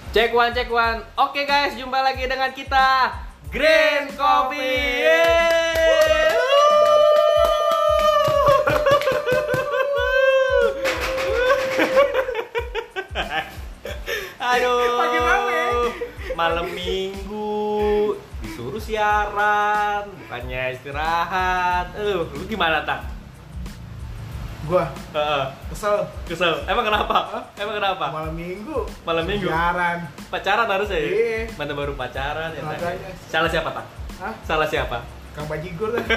Cek one, cek one. Oke guys, jumpa lagi dengan kita Green Coffee. Yeay. Aduh, Pagi rame. malam minggu disuruh siaran, bukannya istirahat. Lu gimana tak? Gua kesel Emang kenapa? Emang kenapa? malam minggu. Malam minggu? Siaran. Pacaran harusnya ya? Iya. Mana baru pacaran ya? Makanya. Tak? Salah siapa tak? Hah? Salah siapa? Kang Bajigur lah.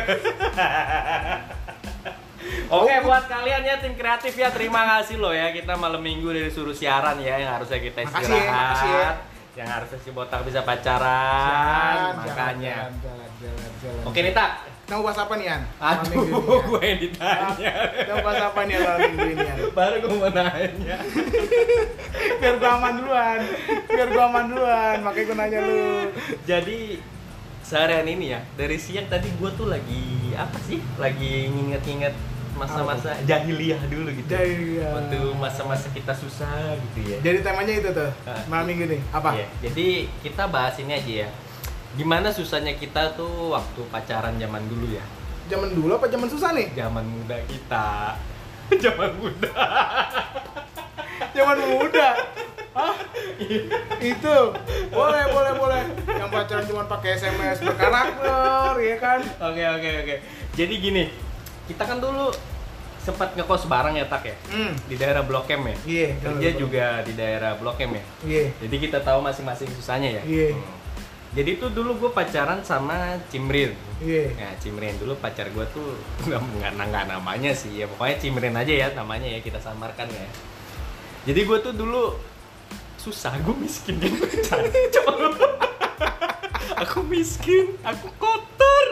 Oke, buat kalian ya tim kreatif ya, terima kasih loh ya, kita malam minggu dari suruh siaran ya, yang harusnya kita Makasih ya, istirahat, makasih ya. yang harusnya si botak bisa pacaran, Jalan, makanya. jalan. Oke nih tak, Kita mau bahas apa nih, An? Malam minggu ini, aduh, An? gue yang ditanya. Kita mau bahas apa nih malam minggu ini, An? Baru gue mau nanya. Biar gua aman duluan. Makanya gua nanya lu. Jadi seharian ini ya, dari siang tadi gue tuh lagi apa sih? Lagi nginget-nginget masa-masa jahiliyah dulu gitu. Jahiliyah. Waktu masa-masa kita susah gitu ya. Jadi temanya itu tuh, malam minggu nih. Apa? Iya, jadi kita bahas ini aja ya. Gimana susahnya kita tuh waktu pacaran zaman dulu ya? Zaman dulu apa zaman susah nih? Zaman muda kita. Zaman muda. Zaman muda. Hah? Itu boleh. Yang pacaran cuma pakai SMS berkarakter, ya kan? Oke. Jadi gini, kita kan dulu sempat ngekos bareng ya tak ya? Di daerah Blok M ya? Iya. Kerja juga di daerah Blok M ya? Iya. Jadi kita tahu masing-masing susahnya ya? Iya. Jadi tuh dulu gue pacaran sama Cimrin. Iya. Nah, Cimrin dulu pacar gue tuh nggak namanya sih ya, pokoknya Cimrin aja ya namanya ya, kita samarkan ya. Jadi gue tuh dulu susah, gue miskin kan pacaran. Coba lu. Aku miskin, aku kotor.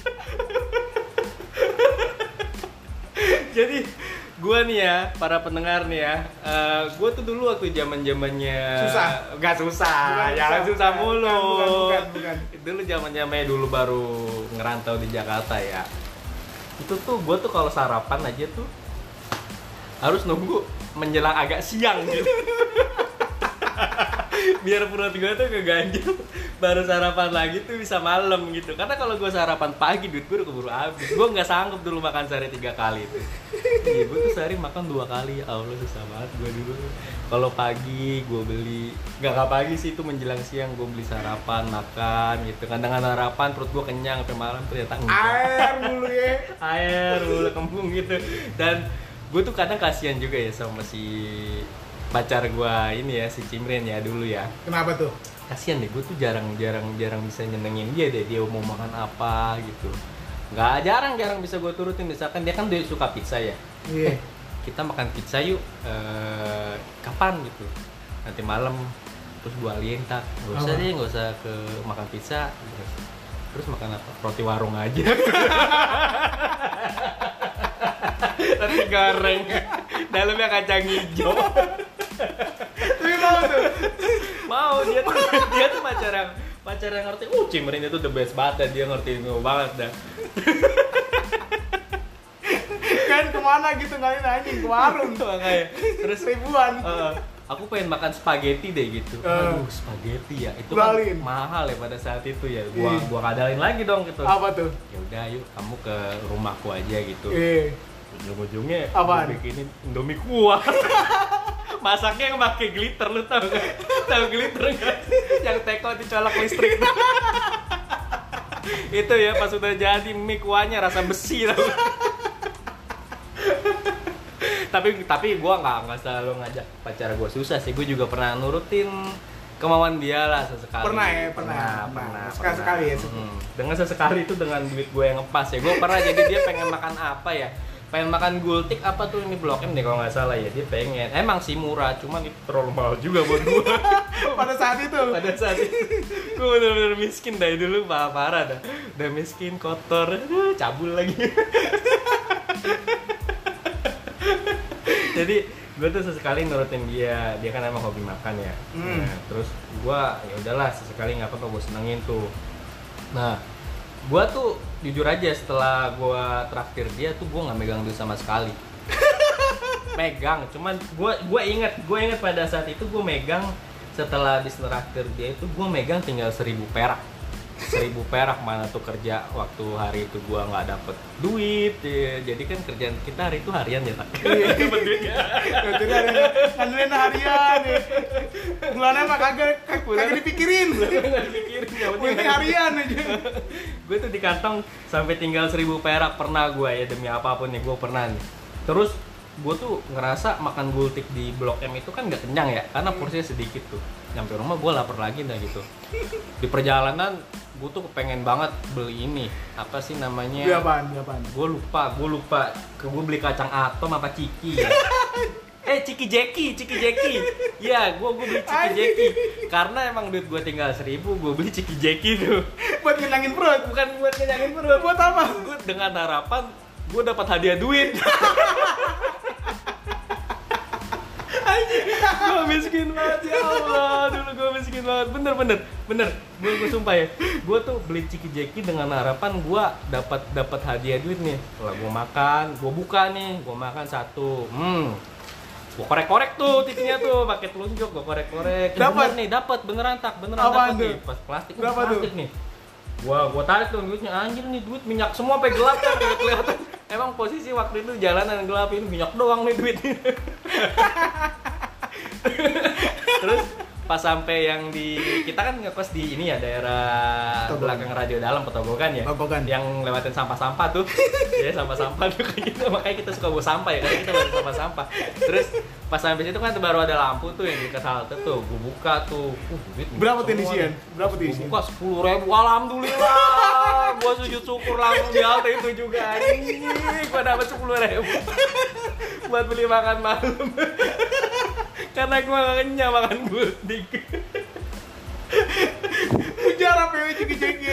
Jadi gue nih ya, para pendengar nih ya, gue tuh dulu waktu zamannya Susah? Gak susah, Bukan jangan susah mulu. Bukan. Dulu zamannya dulu baru ngerantau di Jakarta ya. Itu tuh gue tuh kalau sarapan aja tuh harus nunggu menjelang agak siang gitu. Biar perut gue tuh keganjel, baru sarapan lagi tuh bisa malam gitu. Karena kalau gue sarapan pagi duit gue udah keburu habis. Gue nggak sanggup dulu makan sehari 3 kali tuh. Iya, gue tuh sehari makan 2 kali. Ya Allah, susah banget gue dulu. Kalau pagi gue beli, nggak pagi sih, itu menjelang siang gue beli sarapan makan gitu. Kadang sarapan perut gue kenyang sampai malam, ternyata enggak. Air mulu kembung gitu. Dan gue tuh kadang kasihan juga ya sama si pacar gue ini ya, si Cimrin ya dulu ya. Kenapa tuh? Kasihan deh, gue tuh jarang bisa nyenengin dia deh. Dia mau makan apa gitu, nggak, jarang bisa gue turutin. Misalkan dia kan suka pizza ya. Iya. Kita makan pizza yuk, kapan gitu, nanti malam. Terus gue alihin tak, nggak usah ke makan pizza. Terus makan apa? Roti warung aja. Roti goreng, dalamnya kacang hijau. Tapi mau tuh. Mau, dia tuh pacar yang ngerti. Cimrin itu the best banget dan dia ngerti banget dah. Kan kemana gitu nggak anjing ke warung. Makanya terus Ribuan. aku pengen makan spaghetti deh gitu. Aduh, spaghetti ya. Itu Beralin. kan mahal ya pada saat itu ya. Gua kadalin lagi dong gitu. Apa tuh? Ya udah, yuk kamu ke rumahku aja gitu. Iya. Ujung-ujungnya Apaan? gua bikinin Indomie kuah. Masaknya yang pakai glitter, lu tau gak? Tahu glitter gak? Yang teko dicolok listrik. Itu ya pas udah jadi mie kuahnya rasa besi tau. tapi gue nggak selalu ngajak pacar gue susah sih. Gue juga pernah nurutin kemauan dia lah sesekali. Pernah. Sekali ya. Dengan sesekali itu dengan duit gue yang ngepas ya. Gue pernah, jadi dia pengen makan apa ya? Pengen makan gultik apa tuh, ini Blok M deh kalau nggak salah ya. Dia pengen, emang sih murah, cuman itu terlalu mahal juga buat gue. Pada saat itu Gue bener-bener miskin dari dulu, parah dah. Udah miskin, kotor, cabul lagi. Jadi gue tuh sesekali nurutin dia kan emang hobi makan ya. Nah, terus gue ya udahlah sesekali nggak apa-apa, gue senengin tuh. Nah, gue tuh jujur aja setelah gue traktir dia tuh gue nggak megang duit sama sekali. Megang, cuman gue inget pada saat itu gue megang setelah habis traktir dia itu gue megang tinggal 1.000 perak. 1.000 perak mana tuh kerja waktu hari itu gue nggak dapet duit ya. Jadi kan kerjaan kita hari itu harian ya tak dapet duitnya. Jadi ngandelin harian nih. Bulannya mah kagak dipikirin. Nggak dipikirin ya, Penting harian aja. Gue tuh di kantong sampai tinggal 1.000 perak pernah gue ya, demi apapun nih gue pernah nih. Terus gue tuh ngerasa makan gultik di Blok M itu kan nggak kenyang ya, karena porsinya sedikit tuh. Nyampe rumah gue lapar lagi dah gitu. Di perjalanan gue tuh pengen banget beli ini, apa sih namanya? Beli apaan? Gue lupa. Gue beli kacang atom apa ciki ya? Ciki Jeki. Ya, gue beli Ciki Jeki. Karena emang duit gue tinggal 1.000, gue beli Ciki Jeki tuh. Buat ngenangin perut. Bukan buat kenyangin perut. Buat apa? Gue dengan harapan gue dapat hadiah duit. Anjing, gue miskin banget ya Allah. Dulu gue miskin banget, bener. Gue sumpah ya. Gue tuh beli Ciki Jeki dengan harapan gue dapat hadiah duit nih. Setelah gue makan, gue buka nih, gue makan satu. Gue korek-korek tuh tipinya tuh pakai telunjuk, gue korek-korek. Dapat beneran dapat nih. Pas plastik nih. Gua tarik tuh duitnya, anjir nih duit minyak semua sampai gelap kan kayak kelihatan. Emang posisi waktu itu jalanan gelap, ini minyak doang nih duit. Terus pas sampai yang di kita kan ngekos di ini ya daerah belakang radio dalam Petobogan ya. Yang lewatin sampah-sampah tuh. Ya sampah-sampah tuh kayak gitu, makanya kita suka bawa sampah ya karena kita bawa sampah-sampah. Terus pas sampai situ kan baru ada lampu tuh yang di dekat halte tuh. Gua buka tuh. Duit Berapa tuh isian? Gua buka 10.000. Alhamdulillah. Gua sujud syukur langsung di halte itu juga. Anjing, gua dapat 10.000 buat beli makan malam. Karena gue gak kenyang makan gultik. Ujar apa ya Ciki Jeki.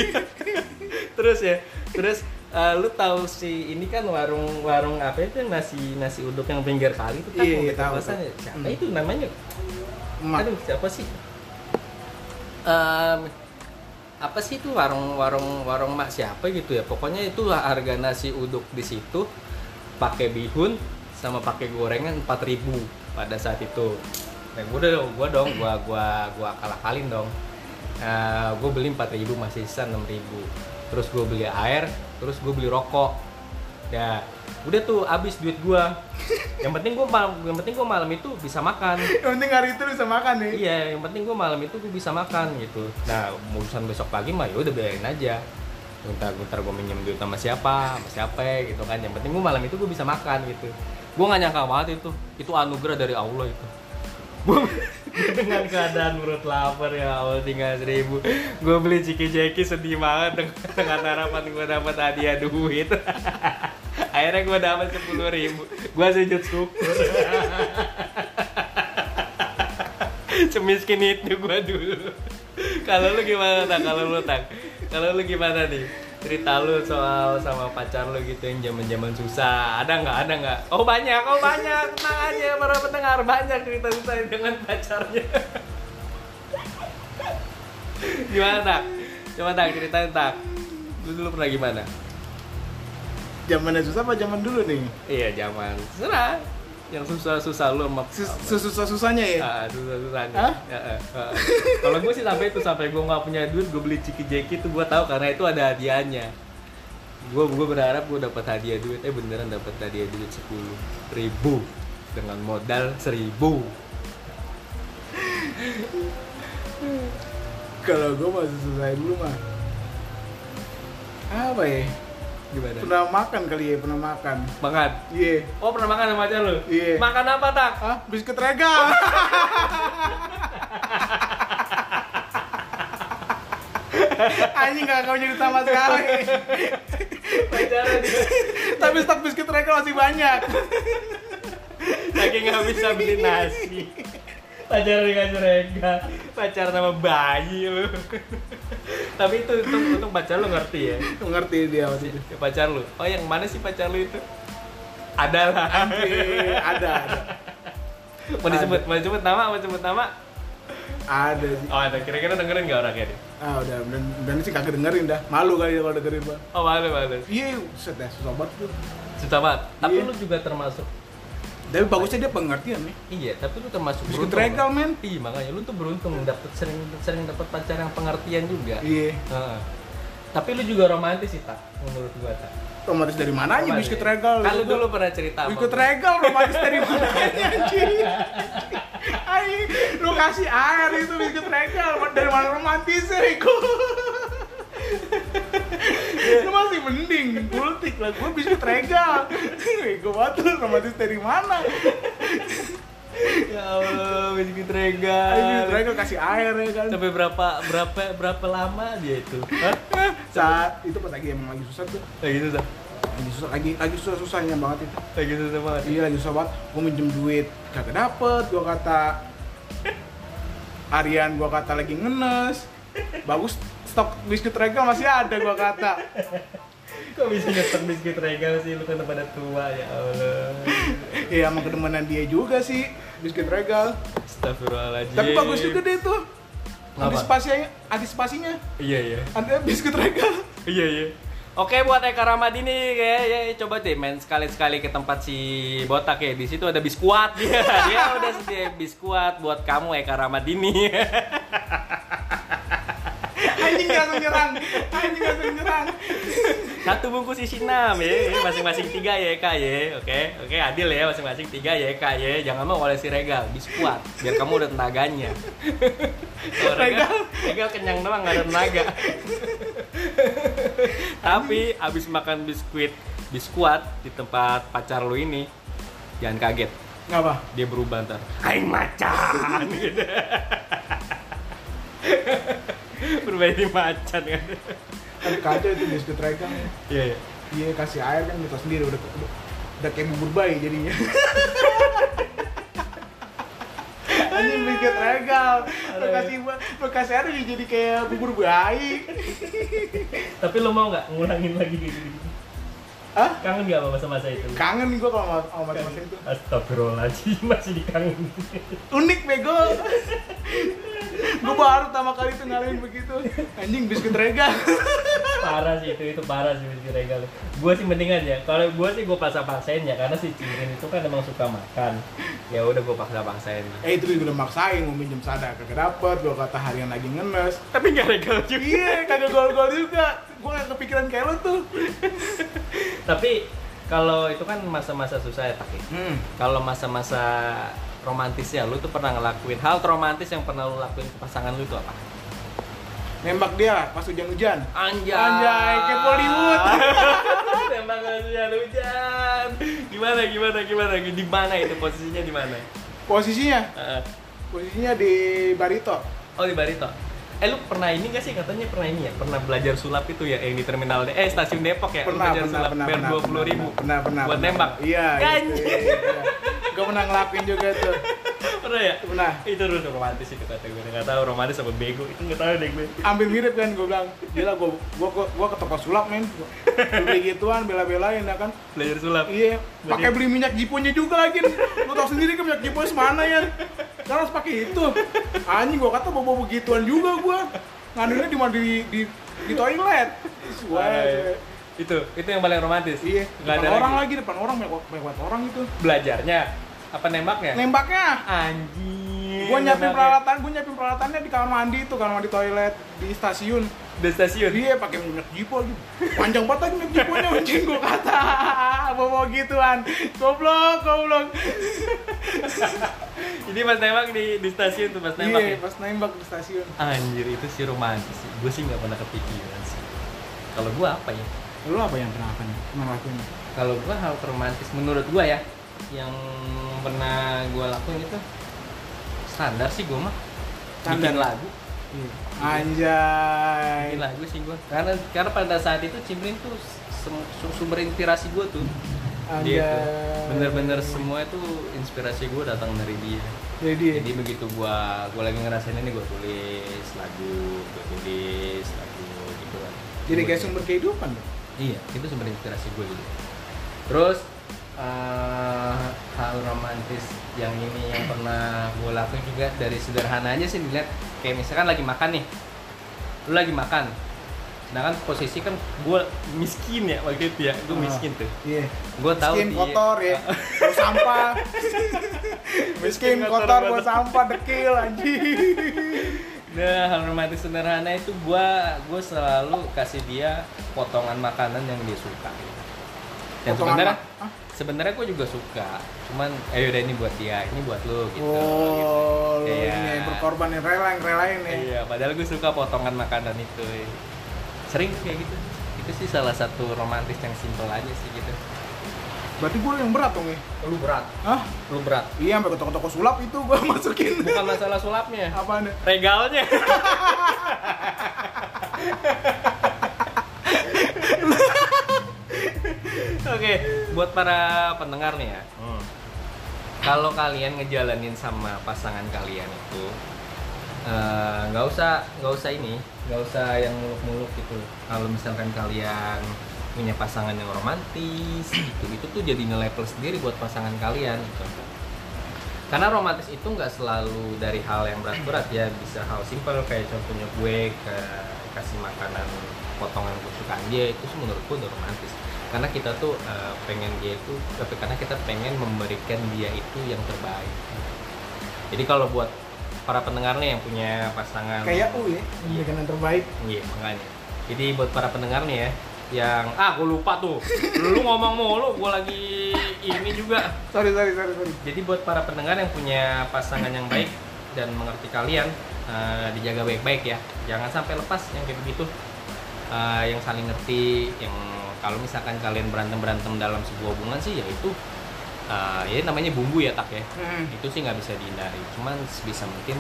Terus lu tahu sih ini kan warung apa itu yang nasi uduk yang pinggir kali itu kan iya, tahu. Siapa itu namanya? Aduh, siapa sih? Apa sih itu warung mak siapa gitu ya? Pokoknya itu harga nasi uduk di situ pakai bihun sama pakai gorengan 4.000 pada saat itu. Nah, gua akal-akalin dong. Gue beli 4.000 masih sisa 6.000. Terus gue beli air, terus gue beli rokok. Ya, udah tuh habis duit gua. Yang penting gua malam itu bisa makan. Yang penting hari itu bisa makan nih. Iya, yang penting gua malam itu gua bisa makan gitu. Nah, urusan besok pagi mah ya udah biarin aja. Bentar gua minjem duit sama siapa gitu kan. Yang penting gua malam itu gua bisa makan gitu. Gue gak nyangka banget itu anugerah dari Allah itu. Dengan keadaan perut lapar ya Allah tinggal 1.000, gue beli Ciki Jeki sedih banget dengan harapan gue dapat hadiah duit. Akhirnya gue dapat 10.000, gue sujud syukur. Semiskin itu gue dulu. Kalau lu gimana Kalau lu gimana nih? Cerita lu soal sama pacar lu gitu yang zaman-zaman susah. Ada nggak? Oh banyak. Tenang aja para pendengar, banyak cerita susah dengan pacarnya. Gimana tak? Coba tak ceritain tak. Lu dulu pernah gimana? Zamannya susah apa zaman dulu nih? Iya zaman. Serah. Yang susah lu sama susah-susahnya ya? Susah-susahnya. Kalau gue sih sampai gue nggak punya duit, gue beli Ciki Jeki tuh gue tahu karena itu ada hadiahnya. Gue berharap gue dapat hadiah duit, beneran dapat hadiah duit 10.000 dengan modal 1.000. Kalau gue masih susah dulu mah. Apa ya? Gimana? Pernah makan kali ya, pernah makan. Makan? Iya. Oh pernah makan sama pacar lu? Iya. Makan apa tak? Hah? Biskuit Regal. Anjing gak kau jadi sama sekali. Pacaran dia. Tapi stok biskuit Regal masih banyak. Saking gak bisa beli nasi. Pacaran dengan Regal, pacaran sama bayi lu. Tapi itu untuk pacar lu ngerti ya? Ngerti dia waktu itu. Pacar lu? Oh yang mana sih pacar lu itu? Ada lah. Ada. Mau disebut nama? Ada sih. Oh ada, kira-kira dengerin gak orangnya nih? Udah, dan sih kagak dengerin dah. Malu kali kalau dengerin Bang. Oh malu. Iya, susah banget tuh. Susah banget. Tapi Iya. lu juga termasuk Tapi bagusnya dia pengertian nih. Iya, tapi lu termasuk Biskuit beruntung. regal, men. Iya, makanya lu tuh beruntung sering dapat pacar yang pengertian juga. Iya. Heeh. Tapi lu juga romantis sih, Tak, menurut gua, Tak. Romantis dari mananya Romantis. biskuit regal? Kan lu dulu pernah cerita sama Biskuit gua. regal romantis dari mananya anjing? Anjing, lu kasih air itu biskuit regal, dari mana romantisnya Riko? Lu masih mending gultik lah, gue biskuit regal. Gue batu romantis dari mana? Ya Allah, biskuit regal. Biskuit regal kasih air ya kan? Sampai berapa lama dia itu? Hah? Saat itu pas lagi emang lagi susah tuh, Kayak gitu, Tak. lagi susah-susahnya banget itu. Kayak gitu sama. Iya lagi susah banget, gue minjem duit kagak dapet, gue kata Aryan, gue kata lagi ngenes, bagus stok biskuit regal masih ada, gue kata. Kok bisa nyetok biskuit regal sih, lu kan pada tua, ya Allah. Iya emang kedemenan dia juga sih biskuit regal, Astagfirullahaladzim. tapi bagus juga deh tuh Apa? antisipasinya Iya. ada biskuit regal. Iya. Oke, buat Eka Ramadini ya, coba deh main sekali-sekali ke tempat si Botak ya. Di situ ada biskuat dia. Dia udah sedia biskuat buat kamu Eka Ramadini. Anjing langsung nyerang. Satu bungkus isi 6 ya, masing-masing 3 ya Eka ya. Oke, adil ya, masing-masing 3 ya Eka ya. Jangan mau oleh si regal, biskuat biar kamu udah tenaganya. Kalau regal kenyang doang, nggak ada tenaga. Tapi abis makan biskuat di tempat pacar lu ini, jangan kaget, Ngapa? dia berubah ntar. Aing macan gitu. Berubah jadi macan kan. Kan kacau itu biskuit regal. Iya. Iya kasih air kan kita sendiri udah kayak bubur bayi jadinya. Anjing biskuit regal, lo kasih air jadi kayak bubur bayi. Tapi lo mau nggak ngulangin lagi kayak gitu? Hah? Kangen nggak sama masa-masa itu? Kangen gue kalau sama masa itu. Astagfirullahaladzim, masih dikangen. Unik bego. Gue baru pertama kali tuh ngalamin begitu. Anjing biskuit regal. Parah sih itu parah sih biskuit regal. Gue sih mendingan ya. Kalau gue sih gue paksa-paksain ya, karena si Cirin itu kan emang suka makan. Ya udah gue paksa-paksain. Itu juga udah maksain mau minjem sada kagak dapet. Gue kata harian lagi ngenes. Tapi nggak regal juga. Iya kagak gol-gol juga. Gue gak kepikiran kayak lo tuh. Tapi kalau itu kan masa-masa susah ya, Taki. Kalau masa-masa romantisnya, lu tuh pernah ngelakuin hal romantis yang pernah lu lakuin ke pasangan lu itu apa? Nembak dia pas hujan-hujan. Anjay, kayak Bollywood. Nembak hujan. Gimana? Di mana itu posisinya di mana? Posisinya di Barito. Oh, di Barito. Lu pernah ini gak sih, katanya pernah ini ya? Pernah belajar sulap itu ya, yang di terminal stasiun Depok ya? Lu belajar sulap bayar 20.000 buat nembak? Iya. Ganjil. Gue pernah ngelakuin juga tuh. Pernah ya? Pernah. Itu dulu romantis itu kata gue. Gak tahu romantis apa bego, itu gak tahu deh gue. Hampir mirip kan, gue bilang. Gila, gue ke toko sulap men. Beli gituan, bela-belain ya kan. Belajar sulap? Iya. Pakai beli minyak jiponya juga lagi. Lu tau sendiri kan minyak jiponya semana ya. Kan harus pakai itu. Anjing, gue kata bawa begituan juga gue. Ngadulnya di toilet. Itu yang paling romantis. Iya. Nggak ada Depan lagi. depan orang banyak orang itu. Belajarnya apa nembaknya? Nembaknya. Anjing. Gue nyiapin peralatannya di kamar mandi toilet di stasiun. Di stasiun. Iya, pakai minyak jipo lagi. Panjang banget lagi minyak jiponya anjing, gue kata. Bawa gituan. Goblok. Jadi pas nembak di stasiun tuh pas nembak. Iya, Ya? pas nembak di stasiun. Anjir, itu sih romantis sih. Gue sih nggak pernah kepikiran sih. Kalau gue apa ya? Lu apa yang pernah lakuin? Kalau gue hal romantis menurut gue ya, yang pernah gue lakuin itu standar sih gue mah. Bikin lagu. Anjay. Bikin lagu sih gue. Karena pada saat itu Cimrin tuh sumber inspirasi gue tuh. Anjay. Dia tuh bener-bener semua itu inspirasi gue datang dari dia. Jadi begitu gua lagi ngerasain ini, gue tulis lagu gitu kan. Jadi kayak sumber kehidupan tuh. Iya, itu sumber inspirasi gue gitu. Terus hal romantis yang pernah gue lakuin juga dari sederhana aja sih, dilihat kayak misalkan lagi makan nih, lu lagi makan, Nah kan posisi kan gue miskin ya waktu itu ya, gue miskin tuh. Iya. Gue tahu Miskin kotor ya, bawa sampah. Miskin kotor bawa sampah, dekil anjing. Nah, hal romantis sederhana itu gue selalu kasih dia potongan makanan yang dia suka. Dan sebenarnya gue juga suka. Cuman ayo udah ini buat dia, ini buat lu gitu. Oh, gitu. Ini berkorban yang relain ya. Iya, padahal gue suka potongan makanan itu. Sering kayak gitu. Itu sih salah satu romantis yang simpel aja sih gitu. Berarti gue yang berat dong ya? Lu berat. Hah? Lu berat. Iya, sampai ke toko-toko sulap itu gue masukin. Bukan masalah sulapnya. Apaan? Regalnya. Oke, buat para pendengar nih ya. Kalau kalian ngejalanin sama pasangan kalian itu nggak usah yang muluk-muluk gitu. Kalau misalkan kalian punya pasangan yang romantis, itu tuh jadi nilai plus sendiri buat pasangan kalian gitu. Karena romantis itu nggak selalu dari hal yang berat-berat ya, bisa hal simpel kayak contohnya gue kasih makanan potongan kesukaan dia, itu sih menurut gue udah romantis. Karena kita tuh karena kita pengen memberikan dia itu yang terbaik. Jadi kalau buat para pendengar nih yang punya pasangan kayak ya, memberikan yang terbaik. Iya, makanya. Jadi buat para pendengar nih ya, yang gue lupa tuh, lu ngomong mulu, gue lagi ini juga. Sorry. Jadi buat para pendengar yang punya pasangan yang baik dan mengerti kalian, dijaga baik-baik ya, jangan sampai lepas yang kayak begitu. Yang saling ngerti, yang kalau misalkan kalian berantem dalam sebuah hubungan sih ya itu ya namanya bumbu ya tak ya. Itu sih nggak bisa dihindari, cuman sebisa mungkin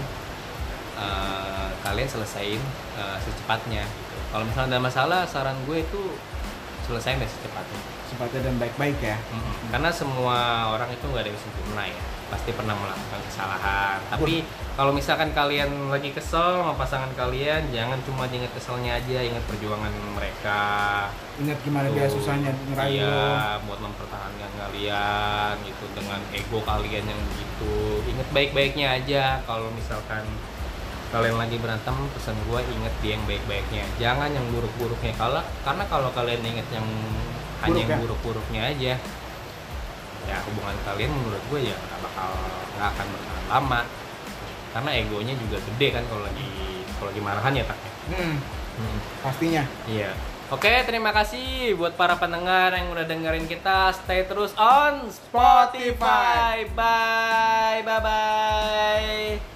kalian selesain secepatnya gitu. Kalau misalnya ada masalah, saran gue itu selesain deh secepatnya Dan baik-baik ya. Karena semua orang itu nggak ada yang sempurna ya, pasti pernah melakukan kesalahan. Tapi kalau misalkan kalian lagi kesel sama pasangan kalian, jangan cuma ingat keselnya aja, ingat perjuangan mereka, ingat gimana dia susahnya ngerayu. Iya, buat mempertahankan kalian gitu dengan ego kalian yang begitu. Ingat baik-baiknya aja. Kalau misalkan kalian lagi berantem, pesan gue inget dia yang baik-baiknya, jangan yang buruk-buruknya. Karena kalau kalian inget yang hanya yang buruk-buruknya aja, ya hubungan kalian menurut gue ya nggak akan bertahan lama. Karena egonya juga gede kan kalau lagi marahan ya tak ya. Pastinya. Iya. Oke, terima kasih buat para pendengar yang udah dengerin kita. Stay terus on Spotify. Bye bye.